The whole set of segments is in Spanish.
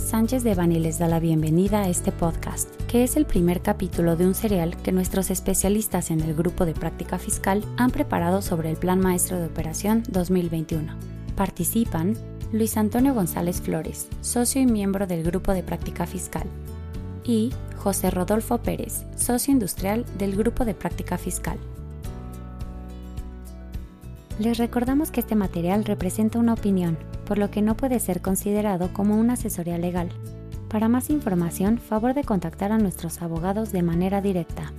Sánchez de Bani les da la bienvenida a este podcast, que es el primer capítulo de un serial que nuestros especialistas en el grupo de práctica fiscal han preparado sobre el Plan Maestro de Operación 2021. Participan Luis Antonio González Flores, socio y miembro del grupo de práctica fiscal, y José Rodolfo Pérez, socio industrial del grupo de práctica fiscal. Les recordamos que este material representa una opinión, por lo que no puede ser considerado como una asesoría legal. Para más información, favor de contactar a nuestros abogados de manera directa.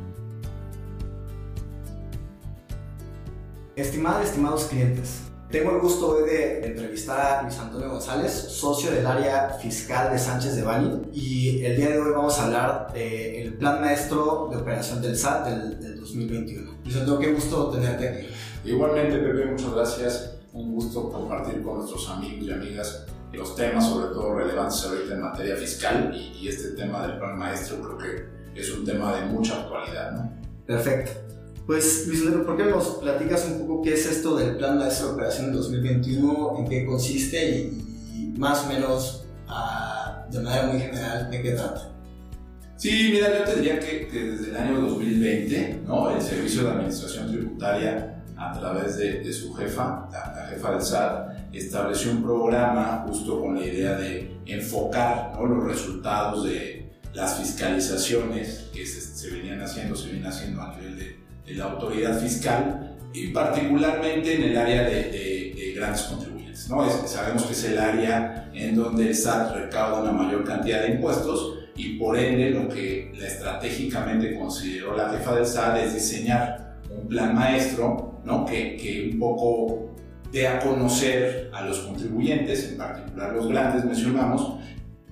Estimados clientes, tengo el gusto hoy de entrevistar a Luis Antonio González, socio del área fiscal de Sánchez de Bani, y el día de hoy vamos a hablar del Plan Maestro de Operación del SAT del 2021. Luis Antonio, qué gusto tenerte aquí. Igualmente, Pepe, muchas gracias. Un gusto compartir con nuestros amigos y amigas los temas, sobre todo relevantes ahorita en materia fiscal, y este tema del Plan Maestro creo que es un tema de mucha actualidad, ¿no? Perfecto. Pues, Luis Antonio, ¿por qué nos platicas un poco qué es esto del Plan Maestro de Operación del 2021, en qué consiste y más o menos, de manera muy general, de qué trata? Sí, mira, yo te diría que desde el año 2020, ¿no? El Servicio de Administración Tributaria, a través de su jefa, la jefa del SAT, estableció un programa justo con la idea de enfocar, ¿no?, los resultados de las fiscalizaciones que se vienen haciendo a nivel de la autoridad fiscal, y particularmente en el área de grandes contribuyentes, ¿no? Sabemos que es el área en donde el SAT recauda una mayor cantidad de impuestos, y por ende lo que estratégicamente consideró la jefa del SAT es diseñar un plan maestro, ¿no?, que un poco dé a conocer a los contribuyentes, en particular los grandes mencionamos,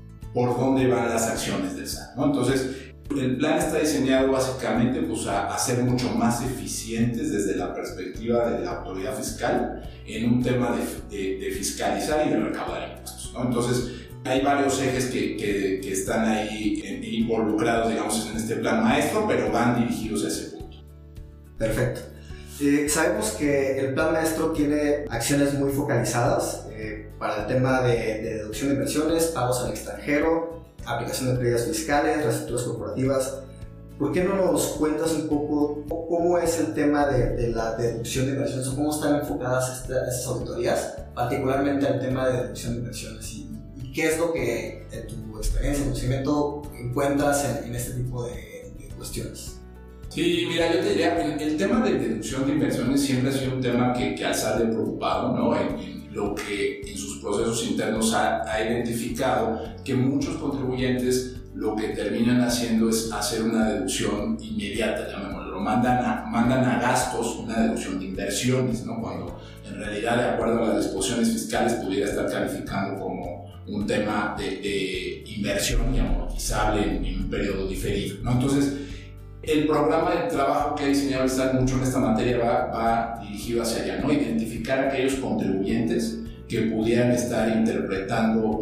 por dónde van las acciones del SAT, ¿no? Entonces, el plan está diseñado básicamente a ser mucho más eficientes desde la perspectiva de la autoridad fiscal en un tema de fiscalizar y de recaudar impuestos, ¿no? Entonces, hay varios ejes que están ahí involucrados, digamos, en este plan maestro, pero van dirigidos a ese punto. Perfecto. Sabemos que el Plan Maestro tiene acciones muy focalizadas para el tema de deducción de inversiones, pagos al extranjero, aplicación de créditos fiscales, reestructuras corporativas. ¿Por qué no nos cuentas un poco cómo es el tema de la deducción de inversiones o cómo están enfocadas estas auditorías, particularmente el tema de deducción de inversiones y qué es lo que en tu experiencia, conocimiento encuentras en este tipo de cuestiones? Sí, mira, yo te diría que el tema de deducción de inversiones siempre ha sido un tema que al SAT le ha preocupado, ¿no? En lo que en sus procesos internos ha identificado que muchos contribuyentes lo que terminan haciendo es hacer una deducción inmediata, llamémoslo, mandan a gastos una deducción de inversiones, ¿no? Cuando en realidad, de acuerdo a las disposiciones fiscales, pudiera estar calificando como un tema de inversión y amortizable en un periodo diferido, ¿no? Entonces, el programa de trabajo que ha diseñado el SAT mucho en esta materia va dirigido hacia allá, ¿no? Identificar a aquellos contribuyentes que pudieran estar interpretando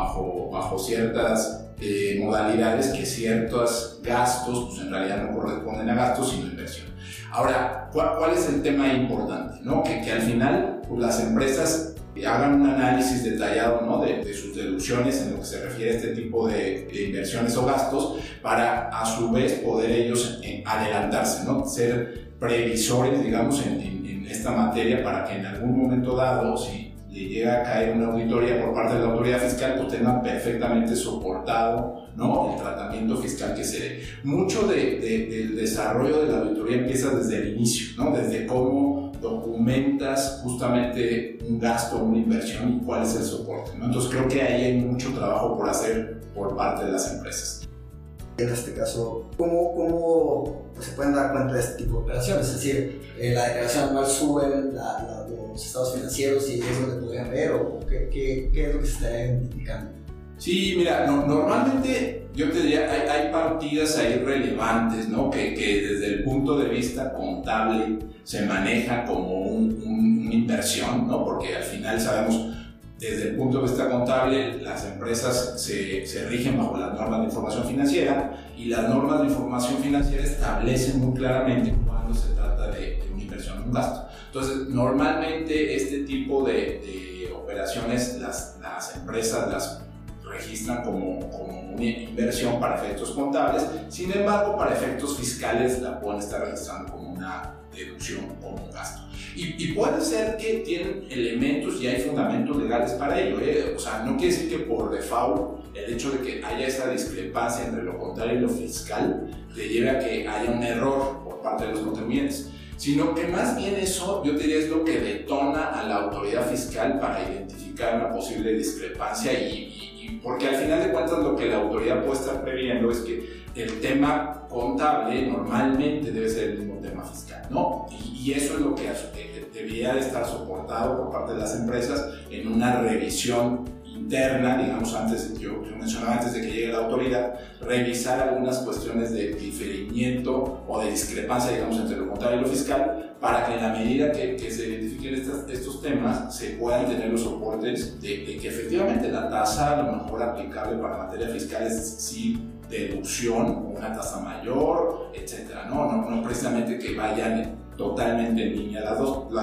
bajo ciertas modalidades que ciertos gastos pues en realidad no corresponden a gastos sino a inversión. Ahora, ¿cuál es el tema importante, ¿no? Que al final pues, las empresas hagan un análisis detallado, ¿no?, de sus deducciones en lo que se refiere a este tipo de inversiones o gastos para a su vez poder ellos adelantarse, ¿no?, ser previsores, digamos, en esta materia para que en algún momento dado, si le llega a caer una auditoría por parte de la autoridad fiscal, pues tengan perfectamente soportado, ¿no?, el tratamiento fiscal que se dé. Mucho del desarrollo de la auditoría empieza desde el inicio, ¿no?, desde cómo documentas justamente un gasto o una inversión y cuál es el soporte, ¿no? Entonces creo que ahí hay mucho trabajo por hacer por parte de las empresas. En este caso, ¿cómo se pueden dar cuenta de este tipo de operaciones? Es decir, la declaración anual suben los estados financieros y es lo que podrían ver o qué es lo que se está identificando. Sí, mira, normalmente yo te diría, hay partidas ahí relevantes, ¿no?, que desde el punto de vista contable se maneja como una inversión, ¿no?, porque al final sabemos, desde el punto de vista contable, las empresas se rigen bajo las normas de información financiera y las normas de información financiera establecen muy claramente cuando se trata de una inversión o un gasto. Entonces, normalmente este tipo de operaciones las empresas las registran como una inversión para efectos contables. Sin embargo, para efectos fiscales la pueden estar registrando como una deducción o un gasto. Y puede ser que tienen elementos y hay fundamentos legales para ello, O sea, no quiere decir que por default el hecho de que haya esa discrepancia entre lo contable y lo fiscal te lleve a que haya un error por parte de los contribuyentes, sino que más bien eso, yo diría, es lo que detona a la autoridad fiscal para identificar una posible discrepancia y porque al final de cuentas lo que la autoridad puede estar previendo es que el tema contable normalmente debe ser el mismo tema fiscal, ¿no? Y eso es lo que debería de estar soportado por parte de las empresas en una revisión interna, digamos, yo mencionaba antes de que llegue la autoridad, revisar algunas cuestiones de diferimiento o de discrepancia, digamos, entre lo contable y lo fiscal, para que en la medida que se identifiquen estos temas, se puedan tener los soportes de que efectivamente la tasa a lo mejor aplicable para materia fiscal es sí deducción o una tasa mayor, etcétera, no precisamente que vayan totalmente en línea las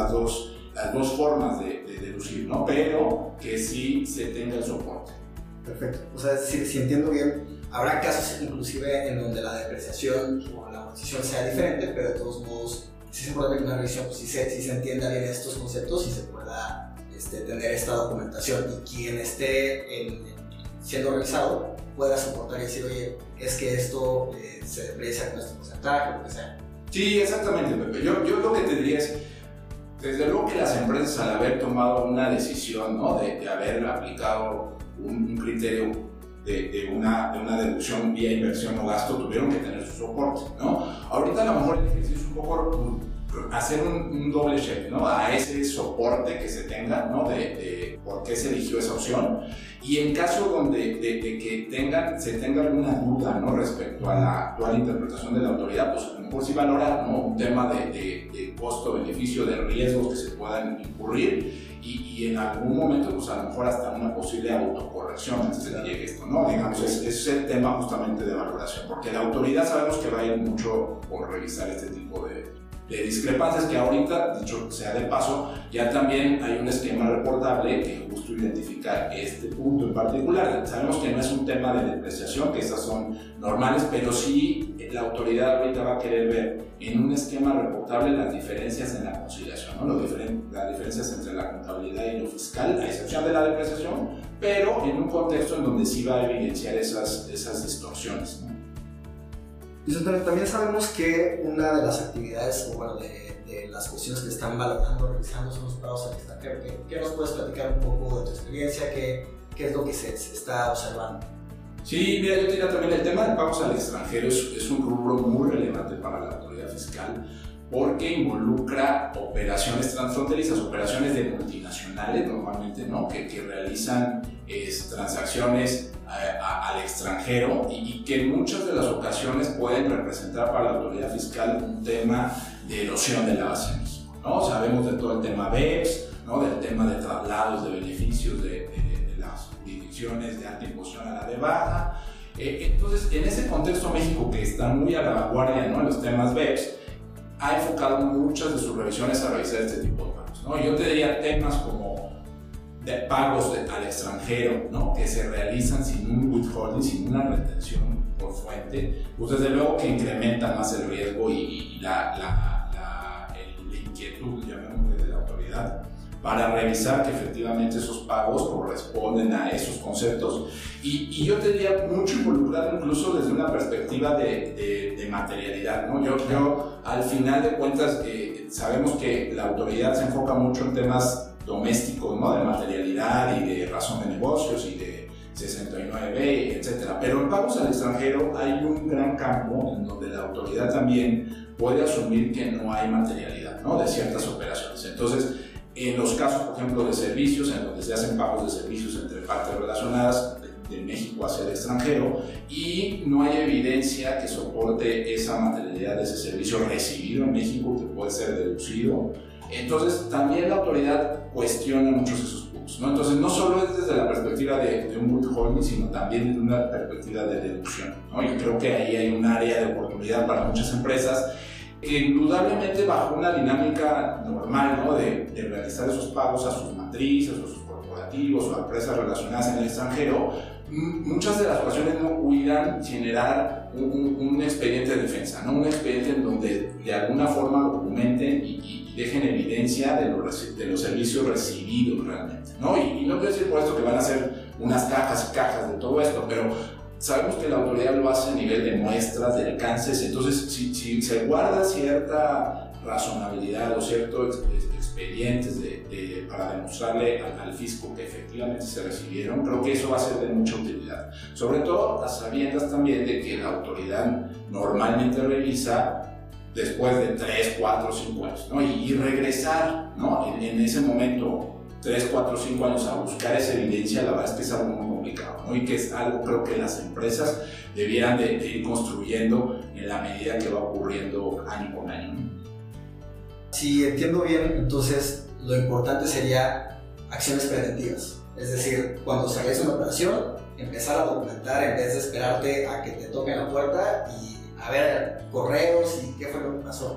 dos formas de deducir, ¿no? Pero que sí se tenga el soporte. Perfecto. O sea, si entiendo bien, habrá casos inclusive en donde la depreciación o la amortización sea diferente, pero de todos modos sí es importante que una revisión, pues, si se entienda bien estos conceptos y se pueda tener esta documentación y quien esté siendo revisado pueda soportar y decir, oye, es que esto se deprecia con este porcentaje o lo que sea. Sí, exactamente, Pepe. Yo lo que te diría es, desde luego que las empresas, al haber tomado una decisión, ¿no? de haber aplicado un criterio de una deducción vía inversión o gasto, tuvieron que tener su soporte, ¿no? Ahorita a lo mejor el ejercicio es un poco hacer un doble check, ¿no? A ese soporte que se tenga, ¿no? De por qué se eligió esa opción. Y en caso de que se tenga alguna duda, ¿no? Respecto a la actual interpretación de la autoridad, pues a lo mejor sí valorar, ¿no? Un tema de costo-beneficio, de riesgos que se puedan incurrir y en algún momento, pues a lo mejor hasta una posible autocorrección antes de que llegue esto, ¿no? Digamos, es el tema justamente de valoración, porque la autoridad sabemos que va a ir mucho por revisar este tipo de discrepancias que ahorita, dicho sea de paso, ya también hay un esquema reportable que justo identifica este punto en particular. Sabemos que no es un tema de depreciación, que estas son normales, pero sí la autoridad ahorita va a querer ver en un esquema reportable las diferencias en la conciliación, ¿no? Las diferencias entre la contabilidad y lo fiscal, a excepción de la depreciación, pero en un contexto en donde sí va a evidenciar esas distorsiones, ¿no? Y también sabemos que una de las actividades, o bueno, de las cuestiones que están valorando, revisando, son los pagos al extranjero. ¿Qué nos puedes platicar un poco de tu experiencia? ¿Qué es lo que se está observando? Sí, mira, yo diría también el tema de pagos al extranjero es un rubro muy relevante para la autoridad fiscal porque involucra operaciones transfronterizas, operaciones de multinacionales normalmente, ¿no? que realizan transacciones al extranjero y que en muchas de las ocasiones pueden representar para la autoridad fiscal un tema de erosión de la base de México, ¿no? Sabemos de todo el tema BEPS, ¿no? Del tema de traslados de beneficios de las jurisdicciones de alta imposición a la de baja. Entonces, en ese contexto, México, que está muy a la vanguardia, ¿no? En los temas BEPS, ha enfocado muchas de sus revisiones a revisar este tipo de pagos, ¿no? Yo te diría temas como de pagos al extranjero, ¿no? Que se realizan sin un withholding, sin una retención por fuente, pues desde luego que incrementan más el riesgo y la inquietud, llamémosle, de la autoridad para revisar que efectivamente esos pagos corresponden a esos conceptos y yo te diría mucho involucrado incluso desde una perspectiva de materialidad, ¿no? Yo al final de cuentas sabemos que la autoridad se enfoca mucho en temas domésticos, ¿no? De materialidad y de razón de negocios y de 69B, etc. Pero en pagos al extranjero hay un gran campo en donde la autoridad también puede asumir que no hay materialidad, ¿no? De ciertas operaciones. Entonces, en los casos, por ejemplo, de servicios, en donde se hacen pagos de servicios entre partes relacionadas de México hacia el extranjero y no hay evidencia que soporte esa materialidad de ese servicio recibido en México que puede ser deducido. Entonces, también la autoridad cuestiona muchos de esos puntos, ¿no? Entonces, no solo es desde la perspectiva de un withholding, sino también desde una perspectiva de deducción, ¿no? Yo creo que ahí hay un área de oportunidad para muchas empresas que indudablemente bajo una dinámica normal, ¿no? de realizar esos pagos a sus matrices, a sus corporativos o a empresas relacionadas en el extranjero, muchas de las ocasiones no cuidan generar un expediente de defensa, ¿no? Un expediente en donde de alguna forma documenten y dejen evidencia de los servicios recibidos realmente, ¿no? Y no quiero decir por esto que van a ser unas cajas y cajas de todo esto, pero sabemos que la autoridad lo hace a nivel de muestras, de alcances. Entonces si se guarda cierta razonabilidad o ciertos expedientes para demostrarle al fisco que efectivamente se recibieron, creo que eso va a ser de mucha utilidad, sobre todo a sabiendas también de que la autoridad normalmente revisa después de 3, 4, 5 años, ¿no? Y regresar, ¿no? en ese momento 3, 4, 5 años a buscar esa evidencia, la verdad es que es algo muy complicado, ¿no? Y que es algo, creo que las empresas debieran de ir construyendo en la medida que va ocurriendo año con año, ¿no? Si entiendo bien, entonces lo importante sería acciones preventivas. Es decir, cuando se realiza una operación, empezar a documentar en vez de esperarte a que te toquen la puerta y a ver correos y qué fue lo que pasó.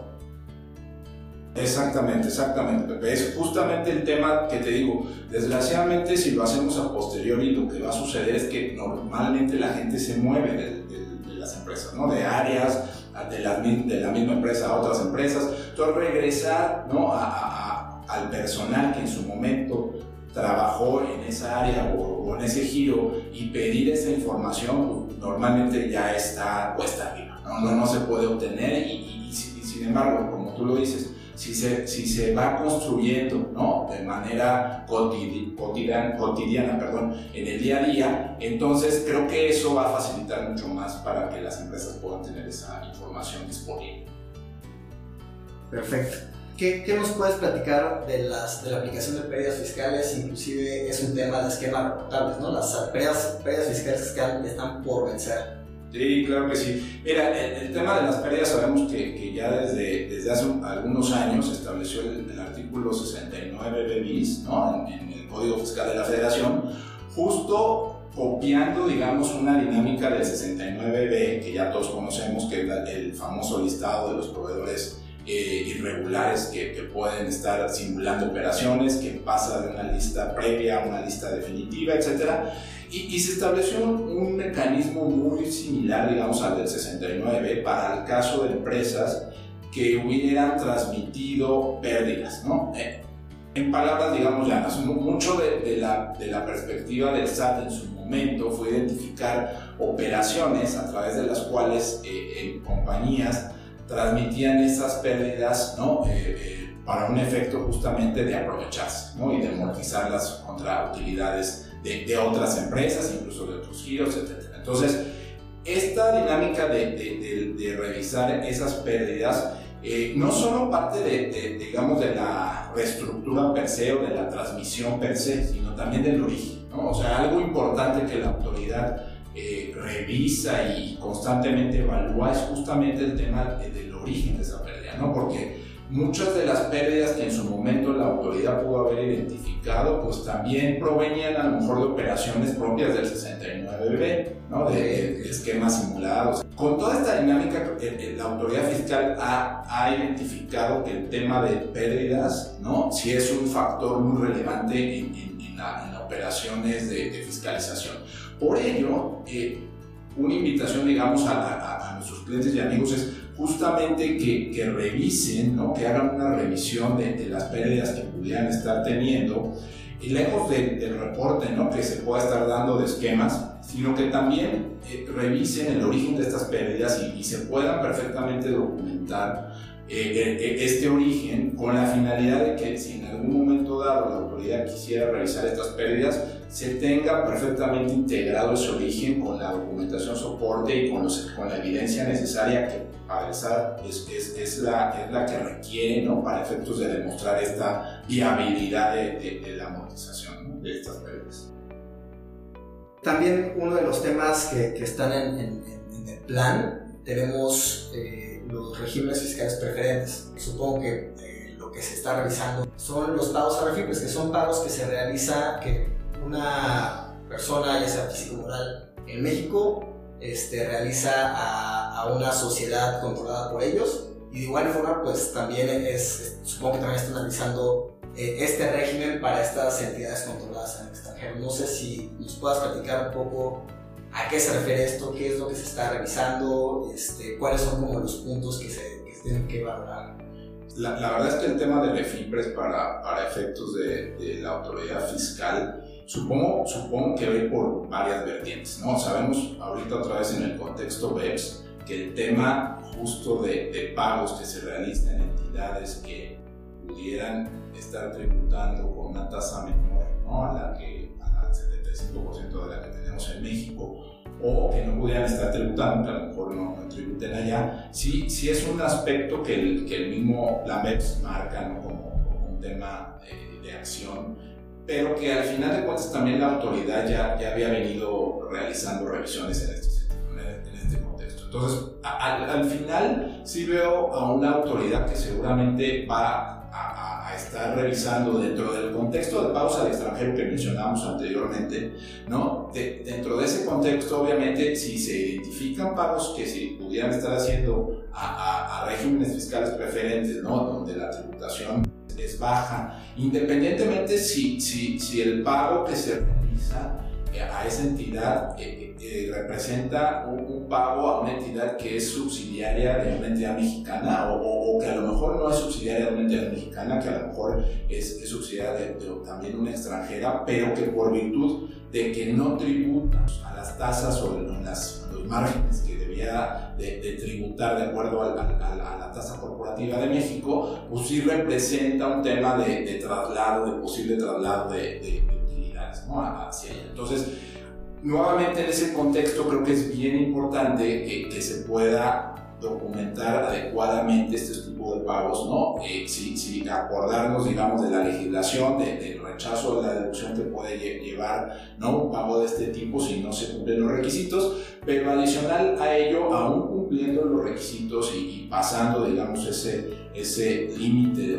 Exactamente, Pepe. Es justamente el tema que te digo. Desgraciadamente, si lo hacemos a posteriori, lo que va a suceder es que normalmente la gente se mueve de las empresas, ¿no? De áreas, de la misma empresa a otras empresas. Entonces, regresar, ¿no? al personal que en su momento trabajó en esa área o en ese giro y pedir esa información, pues, normalmente ya está cuesta arriba, ¿no? No se puede obtener y sin embargo, como tú lo dices, si se va construyendo, ¿no? De manera cotidiana, en el día a día, entonces creo que eso va a facilitar mucho más para que las empresas puedan tener esa información disponible. Perfecto. ¿Qué nos puedes platicar de la aplicación de pérdidas fiscales? Inclusive es un tema de esquemas reportables, ¿no? Las pérdidas fiscales que están por vencer. Sí, claro que sí. Mira, el tema de las pérdidas sabemos que ya desde hace algunos años se estableció el artículo 69b bis, ¿no? en el Código Fiscal de la Federación, justo copiando, digamos, una dinámica del 69b, que ya todos conocemos, que es el famoso listado de los proveedores irregulares que pueden estar simulando operaciones, que pasa de una lista previa a una lista definitiva, etc. Y se estableció un mecanismo muy similar, digamos, al del 69 para el caso de empresas que hubieran transmitido pérdidas, ¿no? En palabras, digamos, llanas, mucho de la perspectiva del SAT en su momento fue identificar operaciones a través de las cuales compañías transmitían esas pérdidas, ¿no? Para un efecto justamente de aprovecharse, ¿no? Y de amortizarlas contra utilidades de otras empresas, incluso de otros giros, etc. Entonces, esta dinámica de revisar esas pérdidas no solo parte digamos, de la reestructura per se o de la transmisión per se, sino también del origen, ¿no? O sea, algo importante que la autoridad revisa y constantemente evalúa es justamente el tema del origen de esa pérdida, ¿no? Porque muchas de las pérdidas que en su momento la autoridad pudo haber identificado, pues también provenían a lo mejor de operaciones propias del 69B, ¿no? De esquemas simulados. Con toda esta dinámica, la autoridad fiscal ha identificado que el tema de pérdidas, ¿no? Sí es un factor muy relevante en las operaciones de fiscalización. Por ello, una invitación, digamos, a nuestros clientes y amigos es justamente que revisen, ¿no? Que hagan una revisión de las pérdidas que pudieran estar teniendo, y lejos del reporte, ¿no? Que se pueda estar dando de esquemas, sino que también revisen el origen de estas pérdidas y se puedan perfectamente documentar este origen, con la finalidad de que si en algún momento dado la autoridad quisiera revisar estas pérdidas, se tenga perfectamente integrado ese origen con la documentación soporte y con la evidencia necesaria que para el SAT es la que requiere, ¿no? Para efectos de demostrar esta viabilidad de la amortización, ¿no? De estas pérdidas. También uno de los temas que están en el plan, tenemos los regímenes fiscales preferentes. Supongo que lo que se está revisando son los pagos a refipes, que son pagos que se realiza que una persona, ya sea físico o moral, en México realiza a una sociedad controlada por ellos, y de igual forma pues también supongo que también están analizando este régimen para estas entidades controladas en el extranjero. No sé si nos puedas platicar un poco a qué se refiere esto, qué es lo que se está revisando, cuáles son como los puntos que se tienen que valorar. La verdad es que el tema de Refipres para efectos de la autoridad fiscal, supongo que va a ir por varias vertientes, ¿no? Sabemos ahorita otra vez en el contexto BEPS que el tema justo de pagos que se realicen en entidades que pudieran estar tributando con una tasa menor, ¿no? al 75% de la que tenemos en México, o que no pudieran estar tributando, que a lo mejor no tributen allá, sí es un aspecto que el mismo la BEPS marca, ¿no? como un tema de acción, pero que al final de cuentas también la autoridad ya había venido realizando revisiones en este contexto. Entonces, al final sí veo a una autoridad que seguramente va a estar revisando dentro del contexto de pagos al extranjero que mencionamos anteriormente, ¿no? Dentro de ese contexto, obviamente, si se identifican pagos que se pudieran estar haciendo a regímenes fiscales preferentes, ¿no? Donde la tributación es baja, independientemente si el pago que se realiza a esa entidad representa un pago a una entidad que es subsidiaria de una entidad mexicana o que a lo mejor no es subsidiaria de una entidad mexicana, que a lo mejor es subsidiaria de también una extranjera, pero que por virtud de que no tributa a las tasas o los márgenes que debía de tributar de acuerdo a la tasa corporativa de México, pues sí representa un tema de traslado, de posible traslado de utilidades, ¿no? Hacia ella. Entonces, nuevamente en ese contexto creo que es bien importante que se pueda documentar adecuadamente este tipo de pagos, ¿no? Si acordarnos, digamos, de la legislación, del rechazo de la deducción que puede llevar, ¿no? Un pago de este tipo si no se cumplen los requisitos, pero adicional a ello, aún cumpliendo los requisitos y pasando, digamos, ese límite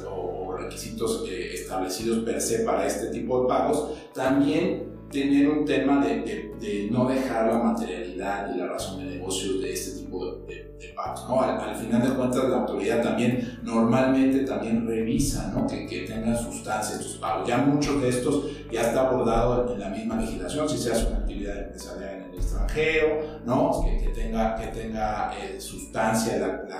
o requisitos establecidos per se para este tipo de pagos, también tener un tema de no dejar la materialidad y la razón de negocios de este tipo de pagos, ¿no? Al final de cuentas, la autoridad también normalmente revisa, ¿no? que tengan sustancia estos pagos. Ya muchos de estos ya está abordado en la misma legislación, si se hace una actividad empresarial en el extranjero, ¿no? que tenga sustancia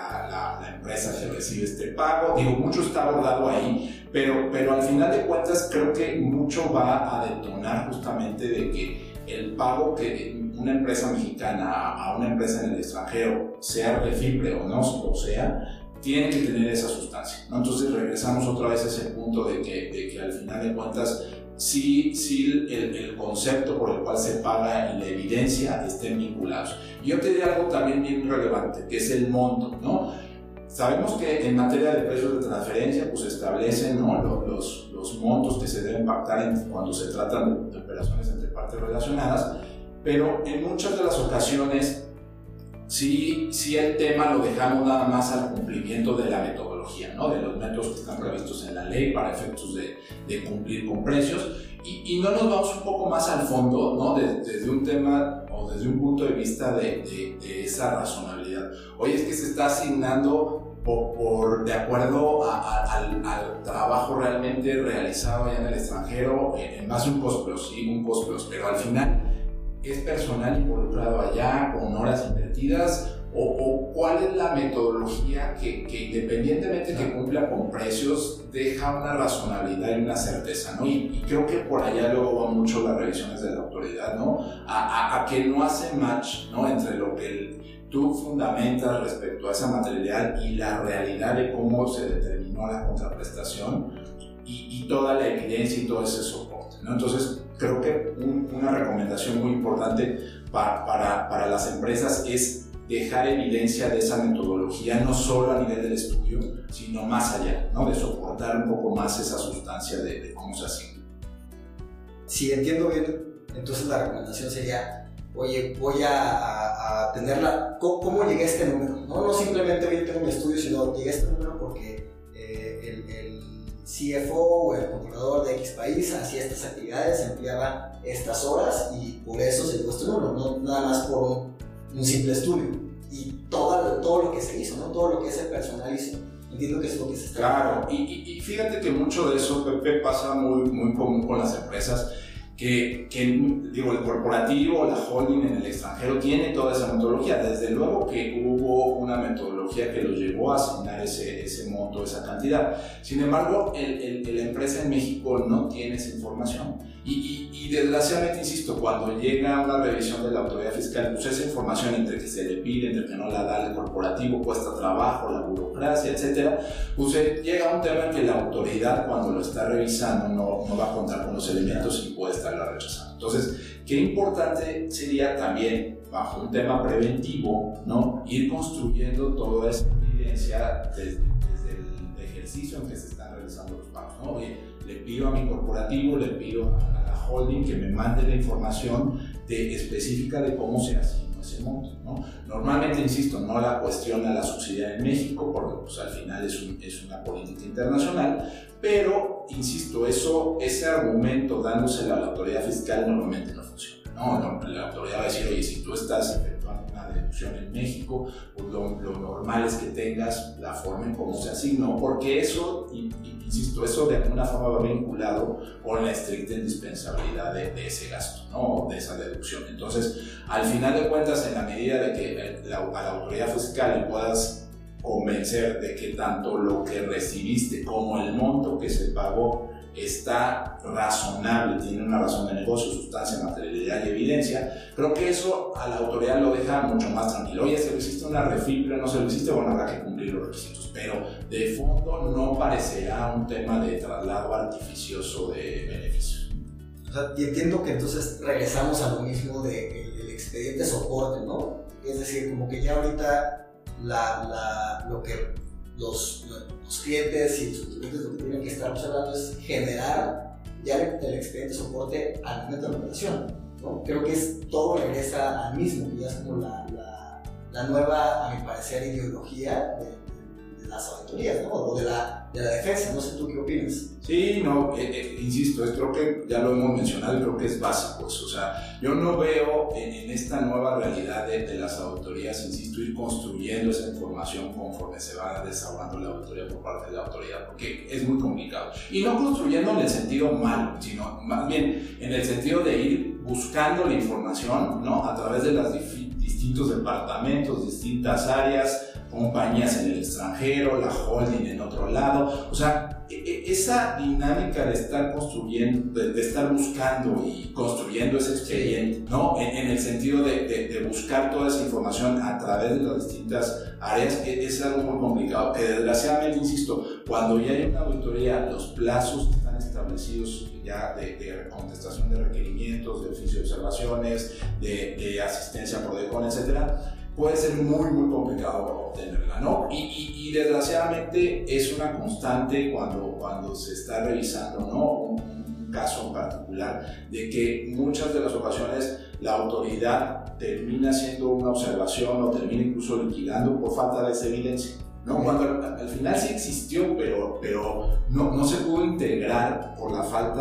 la empresa que recibe este pago. Digo, mucho está abordado ahí, pero al final de cuentas creo que mucho va a detonar justamente de que el pago que una empresa mexicana a una empresa en el extranjero, sea Refipre o no lo sea, tiene que tener esa sustancia, ¿no? Entonces regresamos otra vez a ese punto de que al final de cuentas sí el concepto por el cual se paga y la evidencia estén vinculados. Yo te diría algo también bien relevante, que es el monto, ¿no? Sabemos que en materia de precios de transferencia pues establecen, ¿no? los montos que se deben pactar cuando se tratan de operaciones entre partes relacionadas, pero en muchas de las ocasiones sí el tema lo dejamos nada más al cumplimiento de la metodología, ¿no? De los métodos que están previstos en la ley para efectos de cumplir con precios, y no nos vamos un poco más al fondo, ¿no? Desde un tema o desde un punto de vista de esa razonabilidad. Oye, es que se está asignando de acuerdo al trabajo realmente realizado allá en el extranjero en base a un cost plus, sí, un cost plus, pero al final es personal involucrado allá con horas invertidas, o cuál es la metodología que independientemente que cumpla con precios deja una razonabilidad y una certeza, ¿no? Y creo que por allá luego van mucho las revisiones de la autoridad, ¿no? A que no hace match, ¿no? Entre lo que tú fundamentas respecto a esa materialidad y la realidad de cómo se determinó la contraprestación y toda la evidencia y todo ese soporte, ¿no? Entonces creo que una recomendación muy importante para las empresas es dejar evidencia de esa metodología, no solo a nivel del estudio, sino más allá, ¿no? De soportar un poco más esa sustancia de cómo se asigna. Si entiendo bien, entonces la recomendación sería, oye, voy a tenerla, ¿cómo llegué a este número? No simplemente voy a tener un estudio, sino llegué a este número porque el CFO o el controlador de X país hacía estas actividades, empleaba estas horas y por eso se llegó a este número, no nada más por un simple estudio. Y todo lo que se hizo, ¿no? Todo lo que ese personal hizo. Entiendo que es lo que se está... Claro, y fíjate que mucho de eso, Pepe, pasa muy común con las empresas, que digo, el corporativo, la holding en el extranjero tiene toda esa metodología. Desde luego que hubo una metodología que lo llevó a asignar ese monto, esa cantidad. Sin embargo, la empresa en México no tiene esa información. Y desgraciadamente, insisto, cuando llega una revisión de la autoridad fiscal, pues esa información entre que se le pide, entre que no la da el corporativo, cuesta trabajo, la burocracia, etcétera, pues llega un tema en que la autoridad, cuando lo está revisando, no va a contar con los elementos y puede estarla rechazando. Entonces, qué importante sería también, bajo un tema preventivo, ¿no?, ir construyendo toda esa evidencia desde el ejercicio en que se están realizando los pagos, ¿no? Oye, le pido a mi corporativo, le pido a la holding que me mande la información específica de cómo se asignó ese monto, ¿no? Normalmente, insisto, no la cuestiona la subsidiaria en México, porque pues, al final es una política internacional, pero, insisto, ese argumento dándosela a la autoridad fiscal normalmente no funciona, ¿no? La autoridad va a decir, oye, si tú estás efectuando una deducción en México, pues lo normal es que tengas la forma en cómo se asignó, porque eso, insisto, eso de alguna forma va vinculado con la estricta indispensabilidad de ese gasto, ¿no?, de esa deducción. Entonces, al final de cuentas, en la medida de que a la autoridad fiscal le puedas convencer de que tanto lo que recibiste como el monto que se pagó está razonable, tiene una razón de negocio, sustancia, materialidad y evidencia, creo que eso a la autoridad lo deja mucho más tranquilo. Oye, se lo hiciste una refil, no se lo hiciste, bueno, habrá que cumplir los requisitos, pero de fondo no parecerá un tema de traslado artificioso de beneficios. O sea, y entiendo que entonces regresamos a lo mismo del expediente soporte, ¿no? Es decir, como que ya ahorita lo que los clientes y sus clientes lo que tienen que estar observando es generar ya el expediente soporte al momento de la operación, ¿no? Creo que todo regresa al mismo, que ya es como la nueva, a mi parecer, ideología de las auditorías, ¿no? O de la defensa. No sé tú qué opinas. Sí, no, insisto, creo que ya lo hemos mencionado y creo que es básico eso. O sea, yo no veo en esta nueva realidad de las auditorías, insisto, ir construyendo esa información conforme se va desahogando la auditoría por parte de la autoridad, porque es muy complicado. Y no construyendo en el sentido malo, sino más bien en el sentido de ir buscando la información, ¿no?, a través de los distintos departamentos, distintas áreas, compañías en el extranjero, la holding en otro lado. O sea, esa dinámica de estar construyendo, de estar buscando y construyendo ese expediente, ¿no?, en el sentido de buscar toda esa información a través de las distintas áreas, es algo muy complicado, que desgraciadamente, insisto, cuando ya hay una auditoría, los plazos están establecidos ya de contestación de requerimientos, de oficio de observaciones, de asistencia por DECON, etcétera, puede ser muy complicado obtenerla, ¿no? Y desgraciadamente es una constante cuando se está revisando, ¿no?, un caso en particular, de que muchas de las ocasiones la autoridad termina haciendo una observación o termina incluso liquidando por falta de esa evidencia, ¿no? Cuando al final sí existió, pero no se pudo integrar por la falta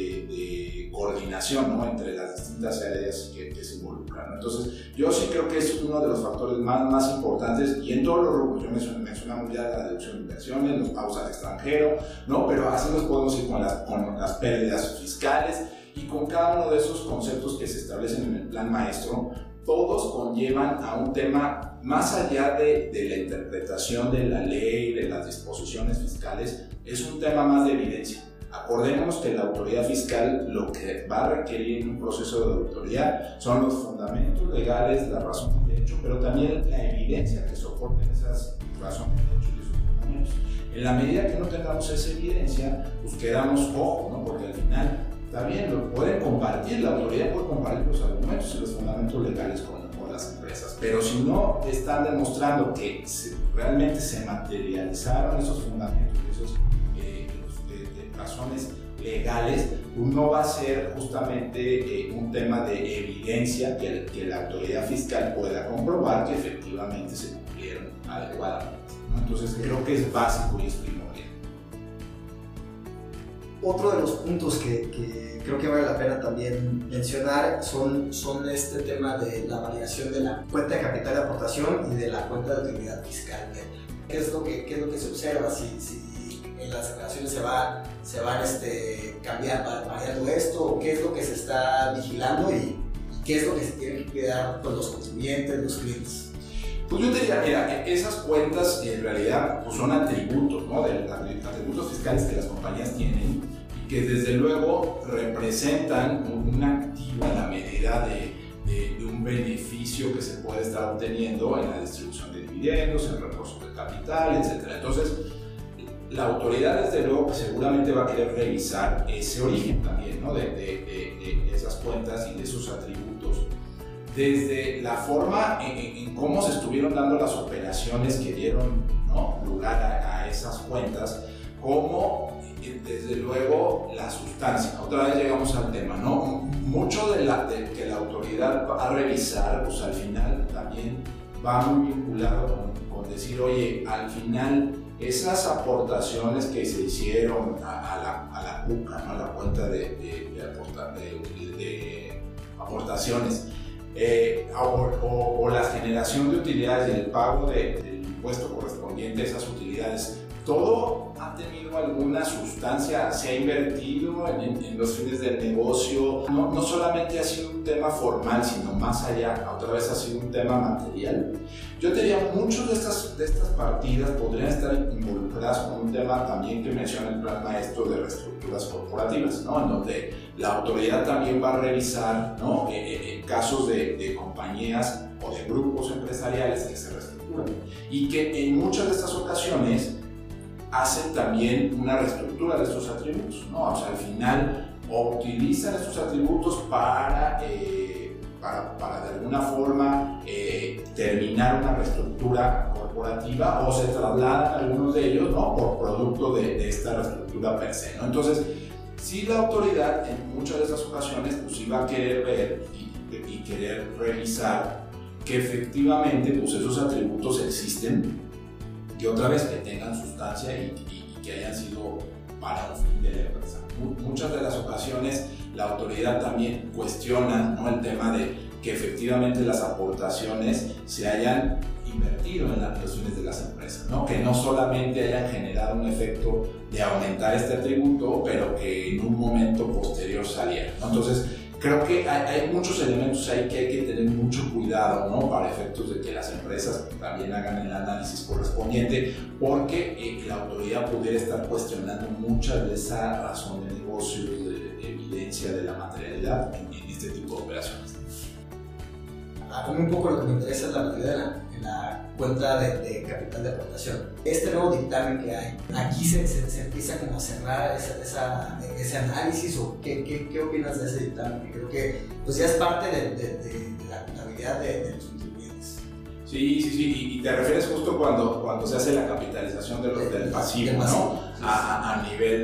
de coordinación, ¿no?, entre las distintas áreas que se involucran, ¿no? Entonces, yo sí creo que es uno de los factores más importantes, y en todos los rubros. Yo mencionamos ya la deducción de inversiones, los pagos al extranjero, ¿no?, pero así nos podemos ir con las pérdidas fiscales, y con cada uno de esos conceptos que se establecen en el plan maestro, todos conllevan a un tema más allá de la interpretación de la ley, de las disposiciones fiscales, es un tema más de evidencia. Acordémonos que la autoridad fiscal lo que va a requerir en un proceso de auditoría son los fundamentos legales, las razones de hecho, pero también la evidencia que soporten esas razones de hecho y esos fundamentos. En la medida que no tengamos esa evidencia, pues quedamos cojo, ¿no? Porque al final, está bien, lo pueden compartir, la autoridad puede compartir los argumentos y los fundamentos legales con las empresas, pero si no están demostrando que realmente se materializaron esos fundamentos, esos razones legales, no va a ser justamente un tema de evidencia que la autoridad fiscal pueda comprobar que efectivamente se cumplieron adecuadamente, ¿no? Entonces creo que es básico y es primordial. Otro de los puntos que creo que vale la pena también mencionar son este tema de la variación de la cuenta de capital de aportación y de la cuenta de utilidad fiscal. ¿Qué es lo que se observa? Si en las declaraciones se van variando esto, o qué es lo que se está vigilando y qué es lo que se tiene que cuidar con los contribuyentes, los clientes. Pues yo te diría, mira, esas cuentas en realidad pues son atributos, ¿no? Atributos fiscales que las compañías tienen y que desde luego representan un activo en la medida de un beneficio que se puede estar obteniendo en la distribución de dividendos, en recursos de capital, etc. Entonces, la autoridad desde luego seguramente va a querer revisar ese origen también, ¿no? de esas cuentas y de esos atributos, desde la forma en cómo se estuvieron dando las operaciones que dieron, ¿no?, lugar a esas cuentas, como desde luego la sustancia. Otra vez llegamos al tema, ¿no? Mucho de que la autoridad va a revisar, pues al final también va muy vinculado con decir, oye, al final esas aportaciones que se hicieron a la CUCA, ¿no?, a la cuenta de aportaciones, o la generación de utilidades y el pago del impuesto correspondiente a esas utilidades, todo ha tenido alguna sustancia, se ha invertido en los fines del negocio. No solamente ha sido un tema formal, sino más allá, otra vez ha sido un tema material. Yo diría, muchas de estas partidas podrían estar involucradas con un tema también que menciona el plan maestro de reestructuras corporativas, ¿no?, en donde la autoridad también va a revisar, ¿no?, casos de compañías o de grupos empresariales que se reestructuran y que en muchas de estas ocasiones hacen también una reestructura de estos atributos, ¿no? O sea, al final utilizan estos atributos para de alguna forma terminar una reestructura corporativa, o se trasladan algunos de ellos, ¿no?, por producto de esta reestructura per se, ¿no? Entonces, sí, la autoridad en muchas de estas ocasiones pues iba a querer ver y querer revisar que efectivamente pues esos atributos existen, que otra vez que tengan sustancia y que hayan sido para un fin de la empresa. Muchas de las ocasiones la autoridad también cuestiona, ¿no?, el tema de que efectivamente las aportaciones se hayan invertido en los fines de las empresas, ¿no?, que no solamente hayan generado un efecto de aumentar este atributo, pero que en un momento posterior saliera, ¿no? Entonces, creo que hay muchos elementos ahí que hay que tener mucho cuidado, ¿no?, para efectos de que las empresas también hagan el análisis correspondiente, porque la autoridad pudiera estar cuestionando muchas de esa razón de negocios, de evidencia de la materialidad en este tipo de operaciones. A mí un poco lo que me interesa es la materialidad en la cuenta de capital de aportación. Este nuevo dictamen que hay, aquí se empieza como a cerrar ese análisis, o ¿qué opinas de ese dictamen? Que creo que pues ya es parte de la contabilidad de los contribuyentes. Sí, y te refieres justo cuando se hace la capitalización del pasivo, ¿no? A nivel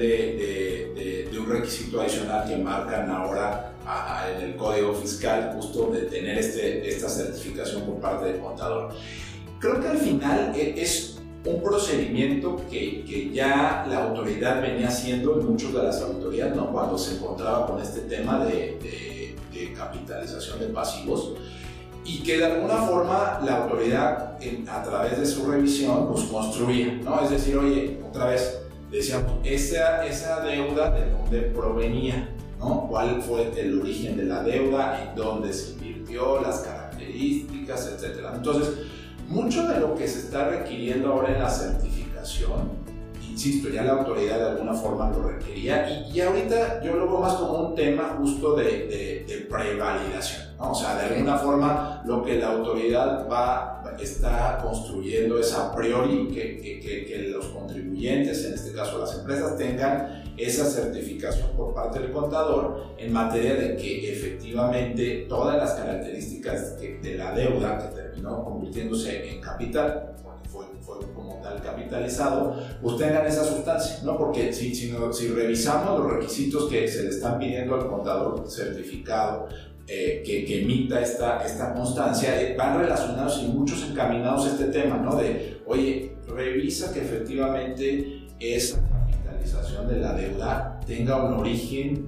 de un requisito adicional que marcan ahora en el Código Fiscal, justo de tener esta certificación por parte del contador. Creo que al final es un procedimiento que ya la autoridad venía haciendo en muchas de las auditorías, ¿no?, cuando se encontraba con este tema de capitalización de pasivos, y que de alguna forma la autoridad a través de su revisión pues construía, ¿no? Es decir, oye, otra vez decíamos, esa deuda de dónde provenía, ¿no? ¿Cuál fue el origen de la deuda? ¿En dónde se invirtió? Las características, etc. Entonces, mucho de lo que se está requiriendo ahora en la certificación, insisto, ya la autoridad de alguna forma lo requería, y ahorita yo lo veo más como un tema justo de prevalidación, ¿no? O sea, de alguna forma lo que la autoridad está construyendo es a priori que los contribuyentes, en este caso las empresas, tengan esa certificación por parte del contador en materia de que efectivamente todas las características de la deuda que terminó convirtiéndose en capital, porque fue como tal capitalizado, pues tengan esa sustancia, ¿no? Porque si revisamos los requisitos que se le están pidiendo al contador certificado, que emita esta constancia, van relacionados y muchos encaminados a este tema, ¿no? De, oye, revisa que efectivamente esa capitalización de la deuda tenga un origen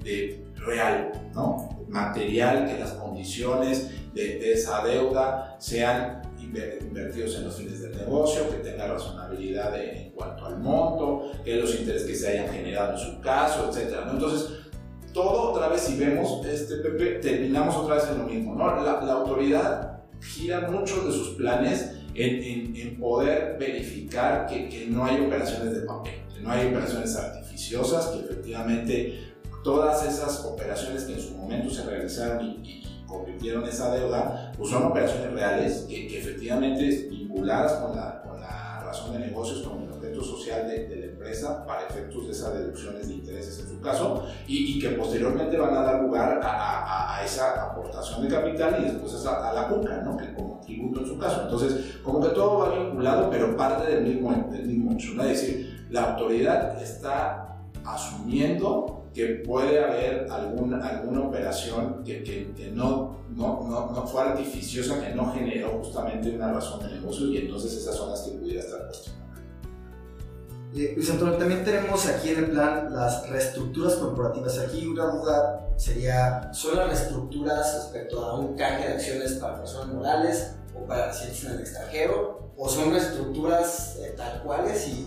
real, ¿no?, material, que las condiciones de esa deuda sean invertidos en los fines del negocio, que tenga razonabilidad en cuanto al monto, que los intereses que se hayan generado en su caso, etc., ¿no? Entonces, todo otra vez, si vemos, Pepe, terminamos otra vez en lo mismo, ¿no? La autoridad gira muchos de sus planes en poder verificar que no hay operaciones de papel, que no hay operaciones artificiosas, que efectivamente todas esas operaciones que en su momento se realizaron y convirtieron esa deuda, pues son operaciones reales que efectivamente vinculadas con la razón de negocios, con el objeto social de la empresa para efectos de esas deducciones de intereses en su caso, y que posteriormente van a dar lugar a esa aportación de capital y después a la CUNCA, ¿no? Que como tributo en su caso. Entonces, como que todo va vinculado, pero parte del mismo hecho, ¿no? Es decir, la autoridad está asumiendo que puede haber alguna operación que no fue artificiosa, que no generó justamente una razón de negocio, y entonces esas son las que pudiera estar cuestionadas. Luis Antonio, también tenemos aquí en el plan las reestructuras corporativas. Aquí una duda sería, ¿son las reestructuras respecto a un canje de acciones para personas morales o para residentes en el extranjero? ¿O son reestructuras tal cuales y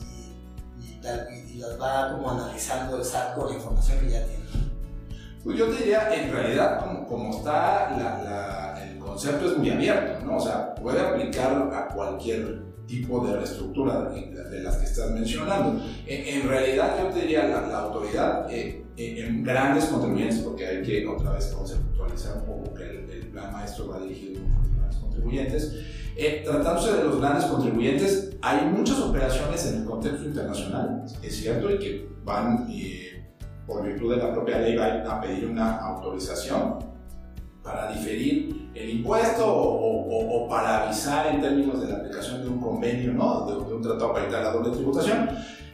las va como analizando el SAT con la información que ya tiene? Pues yo te diría, en realidad, como está el concepto es muy abierto, ¿no? O sea, puede aplicar a cualquier tipo de reestructura de las que estás mencionando. En realidad, yo te diría, la autoridad, en grandes contribuyentes, porque hay que otra vez conceptualizar un poco que el plan maestro va dirigido a los grandes contribuyentes. Tratándose de los grandes contribuyentes, hay muchas operaciones en el contexto internacional, es cierto, y que van, por virtud de la propia ley, van a pedir una autorización para diferir el impuesto o para avisar en términos de la aplicación de un convenio, ¿no? de un tratado para evitar la doble tributación.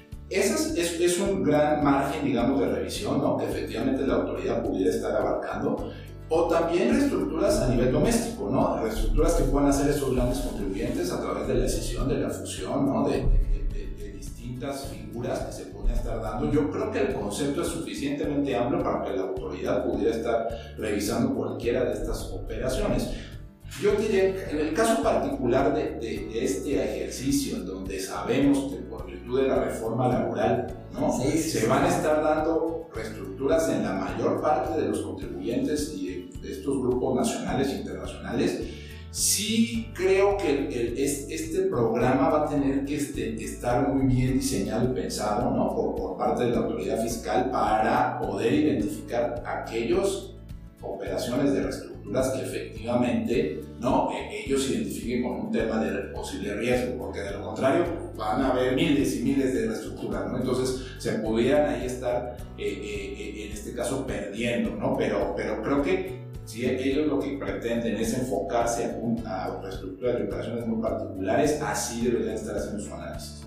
Es un gran margen, digamos, de revisión, ¿no? Que efectivamente la autoridad pudiera estar abarcando. O también reestructuras a nivel doméstico, ¿no? Reestructuras que puedan hacer esos grandes contribuyentes a través de la escisión, de la fusión, ¿no? De distintas figuras que se pueden estar dando. Yo creo que el concepto es suficientemente amplio para que la autoridad pudiera estar revisando cualquiera de estas operaciones. Yo diría, en el caso particular de este ejercicio, en donde sabemos que por virtud de la reforma laboral, ¿no? Sí. Se van a estar dando reestructuras en la mayor parte de los contribuyentes y de estos grupos nacionales e internacionales, sí creo que este programa va a tener que estar muy bien diseñado y pensado, ¿no? por parte de la autoridad fiscal para poder identificar aquellas operaciones de reestructuras que efectivamente, ¿no? Ellos identifiquen con un tema de posible riesgo, porque de lo contrario van a haber miles y miles de reestructuras, ¿no? Entonces se pudieran ahí estar en este caso perdiendo, ¿no? Pero creo que si ellos lo que pretenden es enfocarse a reestructuras de operaciones muy particulares, así deberían estar haciendo su análisis.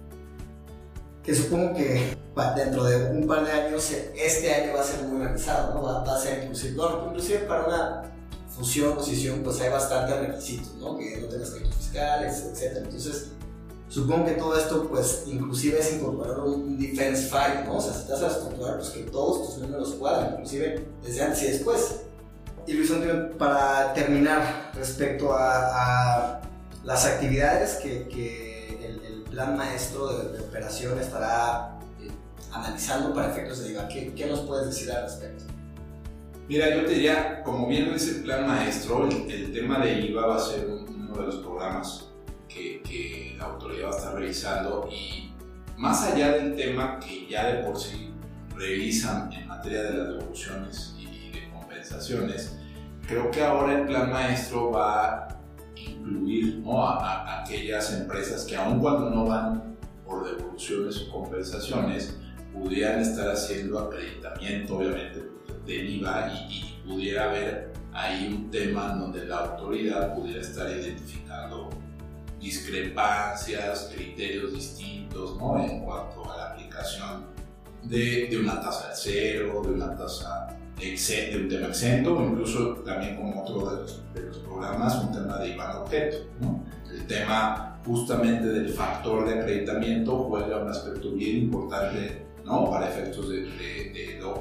Que supongo que dentro de un par de años, este año va a ser muy realizado, ¿no? Va a ser inclusive para una fusión o escisión, pues hay bastantes requisitos, ¿no? Que no tengas créditos fiscales, etc. Entonces, supongo que todo esto, pues, inclusive es incorporar un defense file, ¿no? O sea, si te vas a estructurar, pues que todos tus números cuadren, inclusive desde antes y después. Y Luis Antonio, para terminar, respecto a las actividades que el plan maestro de operación estará analizando para efectos de IVA, ¿qué nos puedes decir al respecto? Mira, yo te diría, como bien lo dice el plan maestro, el tema de IVA va a ser uno de los programas que la autoridad va a estar revisando, y más allá del tema que ya de por sí revisan en materia de las devoluciones y de compensaciones, creo que ahora el plan maestro va a incluir, ¿no? a aquellas empresas que aun cuando no van por devoluciones o compensaciones, pudieran estar haciendo acreditamiento, obviamente, del IVA, y pudiera haber ahí un tema en donde la autoridad pudiera estar identificando discrepancias, criterios distintos, ¿no? En cuanto a la aplicación de una tasa de cero, de una tasa de un tema exento, o incluso también como otro de los programas, un tema de IVA objeto, ¿no? El tema justamente del factor de acreditamiento juega un aspecto bien importante, ¿no? Para efectos de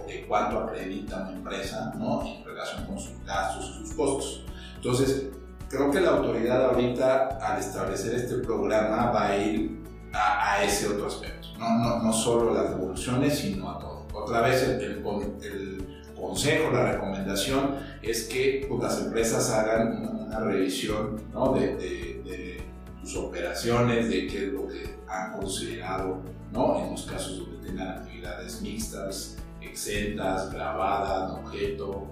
cuánto acredita una empresa, ¿no? En relación con sus gastos y sus costos. Entonces, creo que la autoridad ahorita, al establecer este programa, va a ir a ese otro aspecto. No solo las devoluciones, sino a todo. Otra vez el consejo, la recomendación es que pues, las empresas hagan una revisión, ¿no? de sus operaciones, de qué es lo que han considerado, ¿no? En los casos donde tengan actividades mixtas, exentas, grabadas, objeto,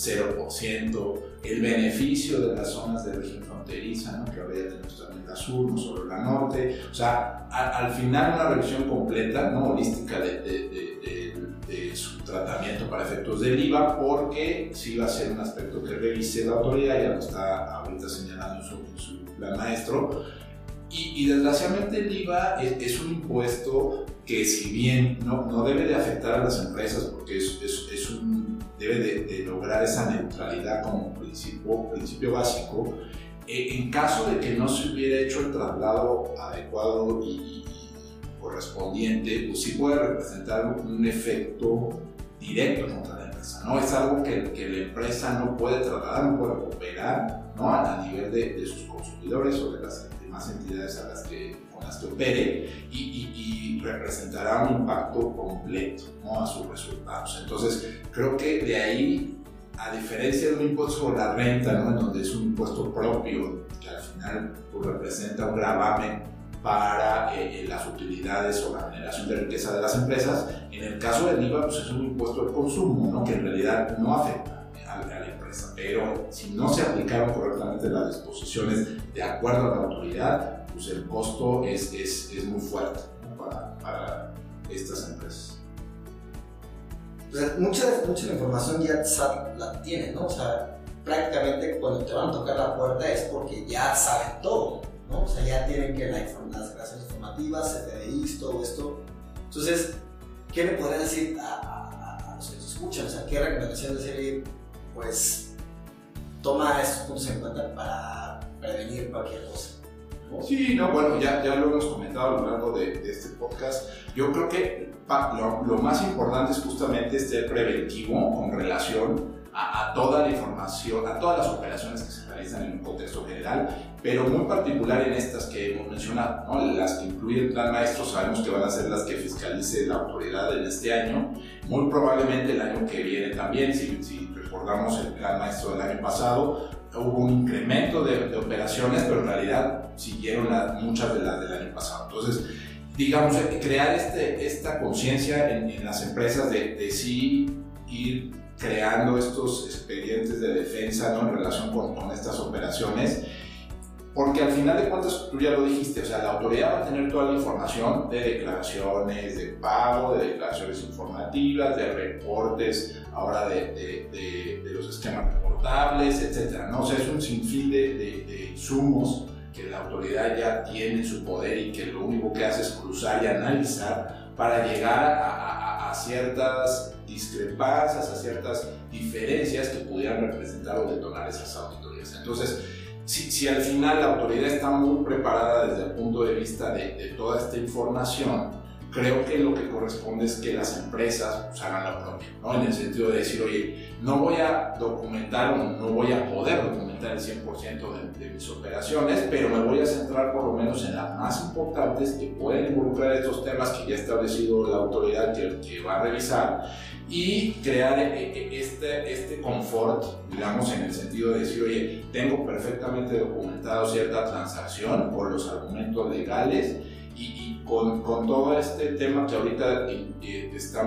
0%, el beneficio de las zonas de región fronteriza, ¿no? Que ahora ya tenemos también la sur, no solo la norte. O sea, al final una revisión completa, ¿no? Holística de su tratamiento para efectos del IVA, porque sí va a ser un aspecto que revise la autoridad, ya lo está ahorita señalando en su plan maestro. Y desgraciadamente el IVA es un impuesto que, si bien no debe de afectar a las empresas, porque debe de lograr esa neutralidad como principio básico, en caso de que no se hubiera hecho el traslado adecuado y correspondiente, pues sí puede representar un efecto directo contra la empresa, ¿no? Es algo que la empresa no puede trasladar, no puede operar, ¿no? A nivel de sus consumidores o de las demás entidades con las que opere, y representará un impacto completo, ¿no? A sus resultados. Entonces, creo que de ahí, a diferencia de un impuesto sobre la renta, ¿no? En donde es un impuesto propio, que al final pues, representa un gravamen para las utilidades o la generación de riqueza de las empresas, en el caso del IVA pues es un impuesto al consumo, ¿no? Que en realidad no afecta a la empresa, pero si no se aplicaron correctamente las disposiciones de acuerdo a la autoridad, pues el costo es muy fuerte, ¿no? para estas empresas. Pues mucha de la información ya SAT la tiene, ¿no? O sea, prácticamente cuando te van a tocar la puerta es porque ya saben todo, ¿no? O sea, ya tienen que las declaraciones informativas, CFDIs, todo esto. Entonces, ¿qué le podrían decir a los que nos escuchan? O sea, ¿qué recomendación decir? Pues, toma estos puntos en cuenta para prevenir cualquier cosa, ¿no? Sí, no, bueno, ya lo hemos comentado a lo largo de este podcast. Yo creo que lo más importante es justamente ser preventivo con relación a toda la información, a todas las operaciones que se realizan en un contexto general, pero muy particular en estas que hemos mencionado, ¿no? Las que incluye el plan maestro, sabemos que van a ser las que fiscalice la autoridad en este año, muy probablemente el año que viene también. Si recordamos el plan maestro del año pasado, hubo un incremento de operaciones, pero en realidad siguieron muchas de las del año pasado. Entonces, digamos, crear esta conciencia en las empresas de sí ir creando estos expedientes de defensa, ¿no? En relación con estas operaciones, porque al final de cuentas, tú ya lo dijiste, o sea, la autoridad va a tener toda la información de declaraciones de pago, de declaraciones informativas, de reportes, ahora de los esquemas reportables, etcétera, ¿no? O sea, es un sinfín de insumos que la autoridad ya tiene en su poder y que lo único que hace es cruzar y analizar para llegar a ciertas discrepancias, a ciertas diferencias que pudieran representar o detonar esas auditorías. Entonces, si al final la autoridad está muy preparada desde el punto de vista de toda esta información, creo que lo que corresponde es que las empresas pues, hagan lo propio, ¿no? En el sentido de decir, oye, no voy a documentar o no voy a poder documentar el 100% de mis operaciones, pero me voy a centrar por lo menos en las más importantes que pueden involucrar estos temas que ya ha establecido la autoridad que va a revisar, y crear este confort, digamos, en el sentido de decir, oye, tengo perfectamente documentado cierta transacción por los argumentos legales y con todo este tema que ahorita está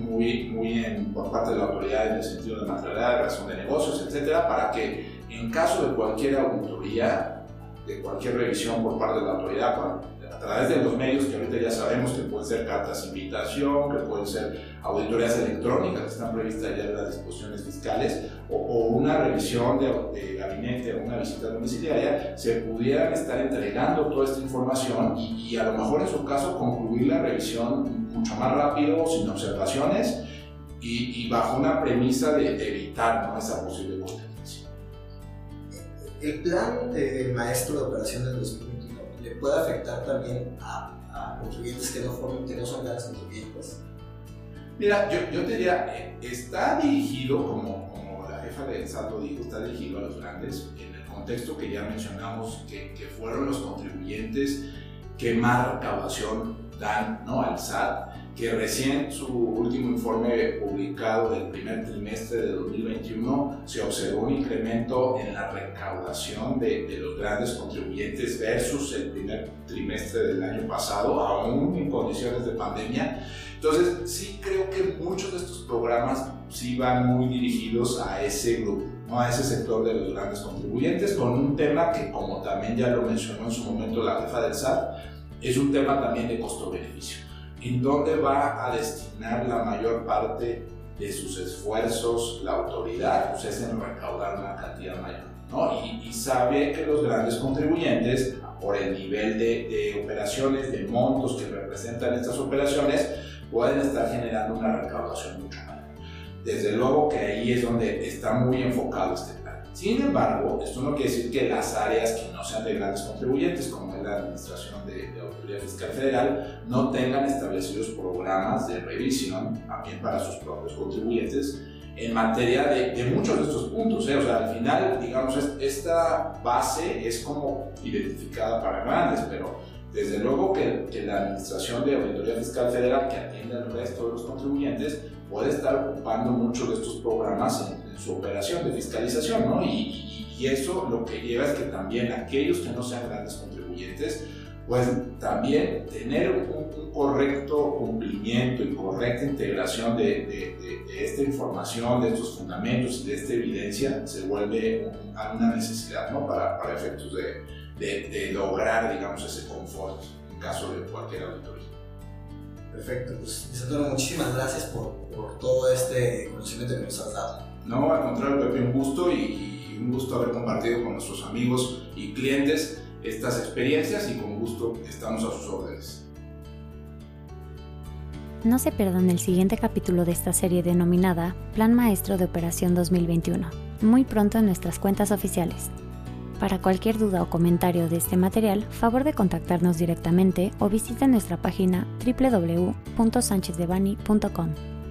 muy por parte de la autoridad en el sentido de materialidad, de razón de negocios, etcétera, para que en caso de cualquier auditoría, de cualquier revisión por parte de la autoridad, a través de los medios que ahorita ya sabemos que pueden ser cartas de invitación, que pueden ser auditorías electrónicas que están previstas ya en las disposiciones fiscales, o una revisión de gabinete o una visita domiciliaria, se pudieran estar entregando toda esta información y a lo mejor en su caso concluir la revisión mucho más rápido, sin observaciones y bajo una premisa de evitar, ¿no? Esa posible contingencia. El plan maestro de operaciones del 2021 le puede afectar también a contribuyentes que no son grandes contribuyentes. Mira, yo te diría, está dirigido, como la jefa de SAT lo dijo, está dirigido a los grandes, en el contexto que ya mencionamos, que fueron los contribuyentes que más recaudación dan, ¿no?, al SAT, que recién su último informe publicado del primer trimestre de 2021 se observó un incremento en la recaudación de los grandes contribuyentes versus el primer trimestre del año pasado, aún en condiciones de pandemia. Entonces, sí creo que muchos de estos programas sí van muy dirigidos a ese grupo, ¿no?, a ese sector de los grandes contribuyentes, con un tema que, como también ya lo mencionó en su momento la jefa del SAT, es un tema también de costo-beneficio. ¿En dónde va a destinar la mayor parte de sus esfuerzos la autoridad? Pues es en recaudar una cantidad mayor, ¿no? Y sabe que los grandes contribuyentes, por el nivel de operaciones, de montos que representan estas operaciones, pueden estar generando una recaudación mucho mayor. Desde luego que ahí es donde está muy enfocado este plan. Sin embargo, esto no quiere decir que las áreas que no sean de grandes contribuyentes, como es la Administración de Auditoría Fiscal Federal, no tengan establecidos programas de revisión también para sus propios contribuyentes en materia de muchos de estos puntos. O sea, al final, digamos, esta base es como identificada para grandes, pero desde luego que la Administración de Auditoría Fiscal Federal, que atiende al resto de los contribuyentes, puede estar ocupando muchos de estos programas en su operación de fiscalización, ¿no? Y eso lo que lleva es que también aquellos que no sean grandes contribuyentes, pues también tener un correcto cumplimiento y correcta integración de esta información, de estos fundamentos y de esta evidencia se vuelve una necesidad, ¿no?, para efectos de lograr, digamos, ese confort en caso de cualquier auditoría. Perfecto, pues Isadora, muchísimas gracias por todo este conocimiento que nos has dado. No, al contrario, Pepe, un gusto y un gusto haber compartido con nuestros amigos y clientes estas experiencias, y con gusto estamos a sus órdenes. No se pierdan el siguiente capítulo de esta serie denominada Plan Maestro de Operación 2021, muy pronto en nuestras cuentas oficiales. Para cualquier duda o comentario de este material, favor de contactarnos directamente o visiten nuestra página www.sanchezdevani.com.